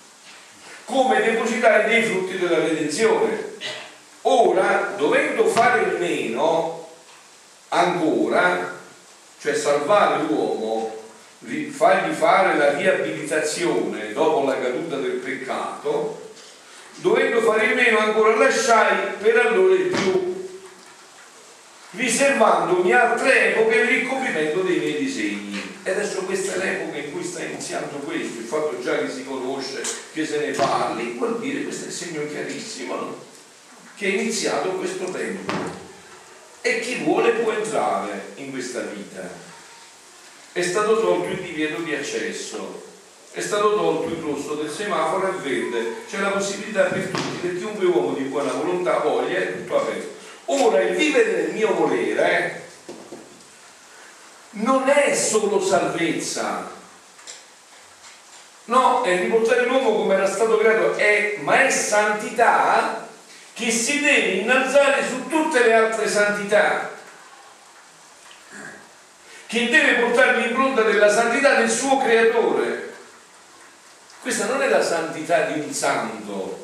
Speaker 7: come depositari dei frutti della redenzione. Ora, dovendo fare il meno ancora, cioè salvare l'uomo, fargli fare la riabilitazione dopo la caduta del peccato, dovendo fare il meno ancora lasciai per allora il più, riservandomi altre epoche per il compimento dei miei disegni. E adesso questa è l'epoca in cui sta iniziando questo, il fatto già che si conosce, che se ne parli, vuol dire, questo è il segno chiarissimo, no? Che è iniziato questo tempo e chi vuole può entrare in questa vita. È stato tolto il divieto di accesso, è stato tolto il rosso del semaforo e verde, c'è la possibilità per tutti, per chiunque uomo di buona volontà voglia, è tutto aperto. Ora il vivere nel mio volere non è solo salvezza, no, è riportare l'uomo come era stato creato, ma è santità che si deve innalzare su tutte le altre santità, che deve portare l'impronta della santità del suo creatore. Questa non è la santità di un santo,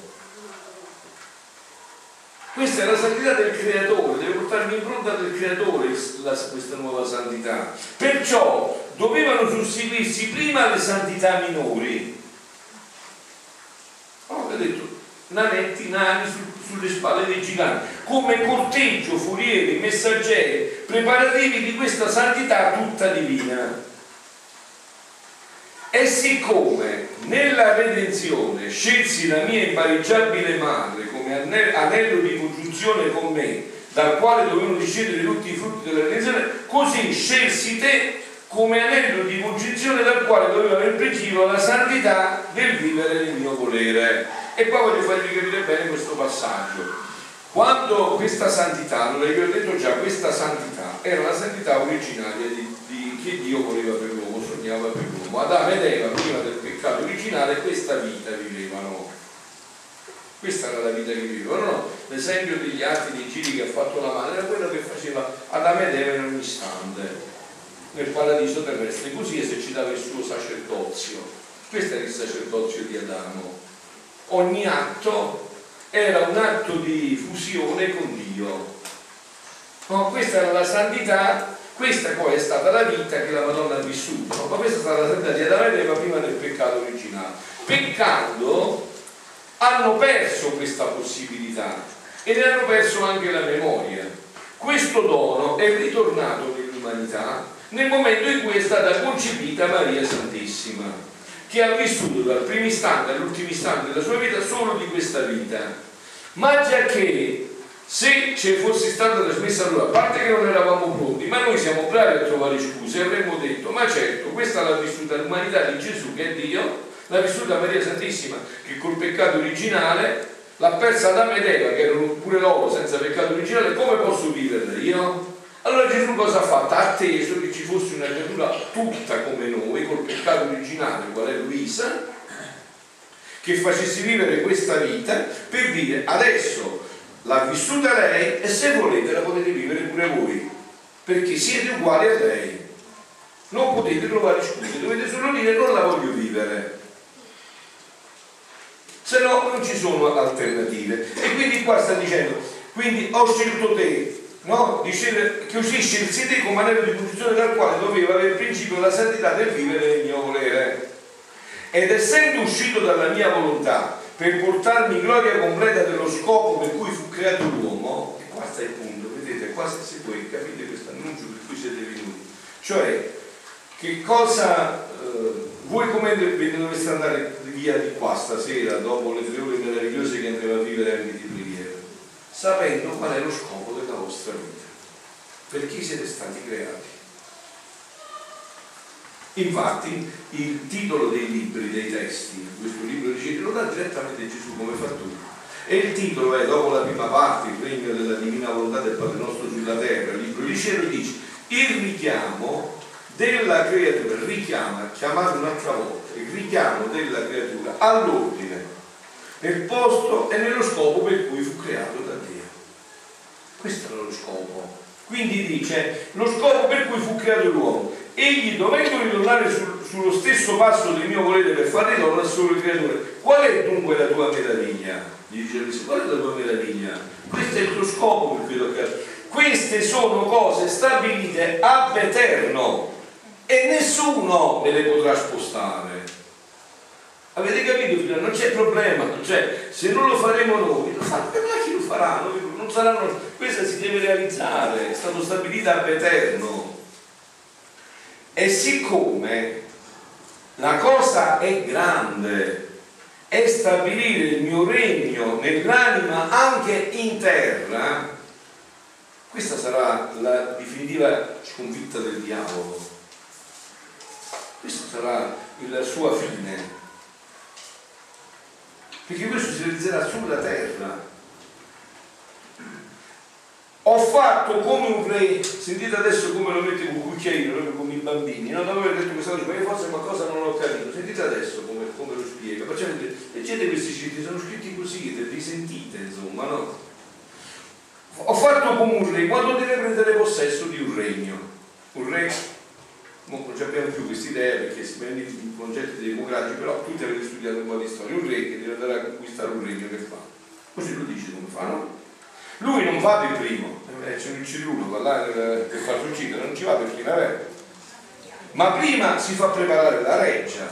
Speaker 7: questa è la santità del creatore, deve portare l'impronta del creatore questa nuova santità. Perciò dovevano susseguirsi prima le santità minori. Ho detto, nanetti, nani sulle spalle dei giganti, come corteggio, furieri, messaggeri, preparativi di questa santità tutta divina. E siccome nella redenzione scelsi la mia impareggiabile madre come anello di congiunzione con me, dal quale dovevano discendere tutti i frutti della redenzione, così scelsi te come anello di congiunzione dal quale doveva aver preciso la santità del vivere nel mio volere. E qua voglio farvi capire bene questo passaggio. Quando questa santità, allora io ho detto già, questa santità era la santità originaria che Dio voleva per l'uomo, sognava per l'uomo. Adamo ed Eva, prima del peccato originale, questa vita vivevano. Questa era la vita che vivevano, no? L'esempio degli atti, dei giri che ha fatto la madre, era quello che faceva Adamo ed Eva in ogni istante nel paradiso terrestre, così esercitava il suo sacerdozio. Questo era il sacerdozio di Adamo. Ogni atto era un atto di fusione con Dio. No, questa era la santità, questa poi è stata la vita che la Madonna ha vissuto, no? Ma questa è stata la santità di Adamo ed Eva prima del peccato originale. Peccando hanno perso questa possibilità e ne hanno perso anche la memoria. Questo dono è ritornato nell'umanità nel momento in cui è stata concepita Maria Santissima, che ha vissuto dal primo istante all'ultimo istante della sua vita solo di questa vita, ma già che Se ci fosse stata trasmessa allora, a parte che non eravamo pronti, ma noi siamo bravi a trovare scuse, avremmo detto, ma certo, questa l'ha vissuta l'umanità di Gesù che è Dio, l'ha vissuta Maria Santissima che col peccato originale l'ha persa Adamo ed Eva che erano pure loro senza peccato originale, come posso viverla io? Allora Gesù cosa ha fatto? Ha atteso che ci fosse una creatura tutta come noi, col peccato originale, qual è Luisa, che facesse vivere questa vita per dire adesso l'ha vissuta lei e se volete la potete vivere pure voi, perché siete uguali a lei, non potete trovare scuse, dovete solo dire non la voglio vivere, se no non ci sono alternative. E quindi qua sta dicendo, quindi ho scelto te, no? Dice, che così scelsi te come anello di posizione dal quale doveva avere il principio la santità del vivere nel mio volere, ed essendo uscito dalla mia volontà per portarmi gloria completa dello scopo per cui fu creato l'uomo, e qua sta il punto, vedete, qua se voi capite questo annuncio per cui siete venuti, cioè che cosa voi come dovreste andare via di qua stasera dopo le 3 ore meravigliose che andremo a vivere anche di preghiera, sapendo qual è lo scopo della vostra vita, per chi siete stati creati. Infatti il titolo dei libri, dei testi, questo libro di cielo lo dà direttamente Gesù come fa tutto, e il titolo è, dopo la prima parte, il regno della divina volontà del Padre nostro sulla terra, il libro di cielo dice il richiamo della creatura, richiama, chiamato un'altra volta, il richiamo della creatura all'ordine, nel posto e nello scopo per cui fu creato da Dio. Questo era lo scopo. Quindi dice lo scopo per cui fu creato l'uomo. Egli, dovendo ritornare sullo stesso passo del mio volere per far ritorno al solo creatore, qual è dunque la tua meraviglia? Gli dice Luisa, qual è la tua meraviglia? Questo è il tuo scopo per cui l'ho creato. Queste sono cose stabilite ab eterno e nessuno me le potrà spostare. Avete capito? Figlio? Non c'è problema, cioè, se non lo faremo noi, lo faranno chi lo farà? Non saranno, questa si deve realizzare, è stato stabilito ab eterno. E siccome la cosa è grande, è stabilire il mio regno nell'anima anche in terra, questa sarà la definitiva sconfitta del diavolo, questa sarà la sua fine, perché questo si realizzerà sulla terra. Ho fatto come un re, sentite adesso come lo metto con un cucchiaino proprio con i bambini, non avevo detto questa cosa, ma io forse qualcosa non ho capito, sentite adesso come lo spiega, leggete questi scritti, sono scritti così, li sentite insomma, no? Ho fatto come un re quando deve prendere possesso di un regno, un re, non abbiamo più questa idea perché si prende i concetti democratici, però tutti avete studiato un po' di storia, un re che deve andare a conquistare un regno, che fa? Così lo dice come fa, no? Lui non va per primo, c'è un cirulo per farsi uccidere, non ci va per prima, vero? Ma prima si fa preparare la reggia,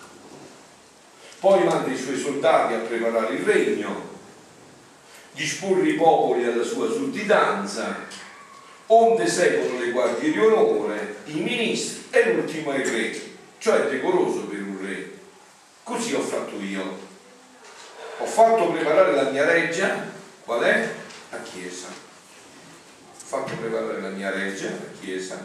Speaker 7: poi manda i suoi soldati a preparare il regno, disporre i popoli alla sua sudditanza, onde seguono le guardie di onore, i ministri e l'ultimo è il re, cioè è decoroso per un re. Così ho fatto io, ho fatto preparare la mia reggia, qual è? La Chiesa. Ho fatto preparare la mia reggia, la Chiesa,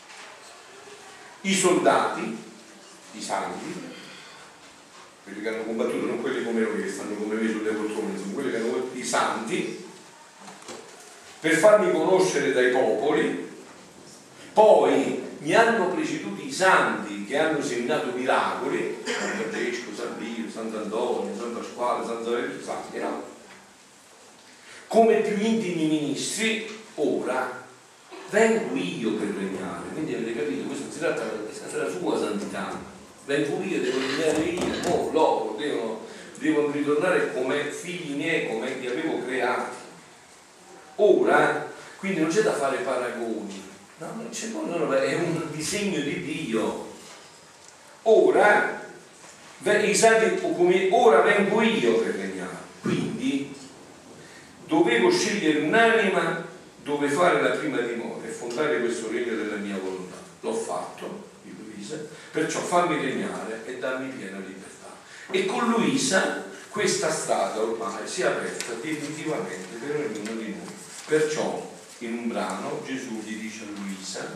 Speaker 7: i soldati, i santi, quelli che hanno combattuto, non quelli come noi che stanno come me sulle poltrone, sono quelli che hanno combattuto, i santi, per farmi conoscere dai popoli. Poi mi hanno preceduti i santi che hanno seminato miracoli, San Francesco, San Pio, Sant'Antonio, San Pasquale, San Saverio, santi, no? Come più intimi ministri, ora vengo io per regnare. Quindi avete capito, questo si tratta della sua santità. Vengo io, devo regnare io, loro devono ritornare come figli miei, come li avevo creati. Ora, quindi non c'è da fare paragoni, no, non c'è, è un disegno di Dio. Ora, i santi, ora vengo io per regnare. Quindi dovevo scegliere un'anima dove fare la prima dimora e fondare questo regno della mia volontà. L'ho fatto, di Luisa, perciò fammi regnare e darmi piena libertà. E con Luisa questa strada ormai si è aperta definitivamente per ognuno di noi. Perciò in un brano Gesù gli dice a Luisa,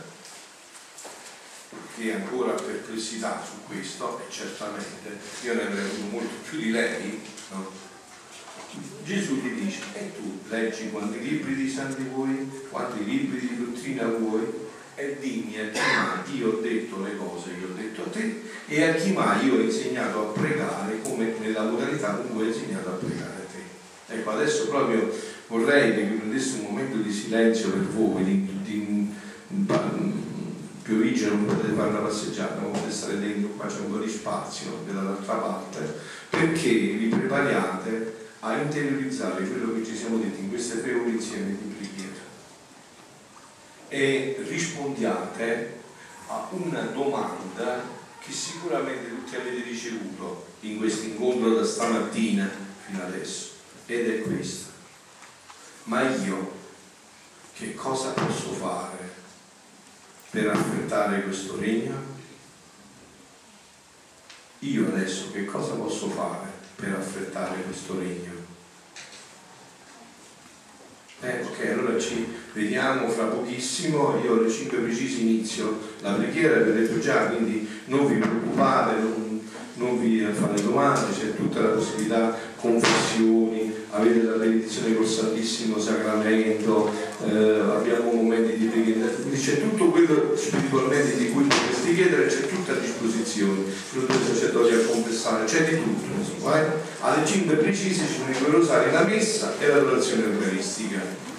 Speaker 7: che ancora ha perplessità su questo, e certamente io ne avrei avuto molto più di lei, no? Gesù gli dice: e tu leggi quanti libri di santi vuoi, quanti libri di dottrina vuoi, e dimmi a chi mai io ho detto le cose che ho detto a te, e a chi mai io ho insegnato a pregare come nella modalità con cui ho insegnato a pregare a te. Ecco, adesso proprio vorrei che vi prendeste un momento di silenzio per voi, più origine non potete fare una passeggiata, non potete stare dentro, qua c'è un po' di spazio dall'altra parte, perché vi prepariate a interiorizzare quello che ci siamo detti in queste 3 ore insieme di preghiera e rispondiate a una domanda che sicuramente tutti avete ricevuto in questo incontro da stamattina fino adesso, ed è questa: ma io che cosa posso fare per affrettare questo regno? Io adesso che cosa posso fare per affrettare questo regno? Ok, allora ci vediamo fra pochissimo. Io alle 5 precisi inizio la preghiera, vi ho detto già, quindi non vi preoccupate, non vi fate domande, c'è tutta la possibilità, confessioni, avete la benedizione col Santissimo Sacramento, abbiamo momenti di preghiera, quindi c'è tutto quello spiritualmente di cui potresti chiedere, c'è tutto a disposizione, sono 2 sacerdoti a confessare, c'è di tutto, insomma, alle 5 precise ci sono i 2 rosari, la messa e l'adorazione eucaristica.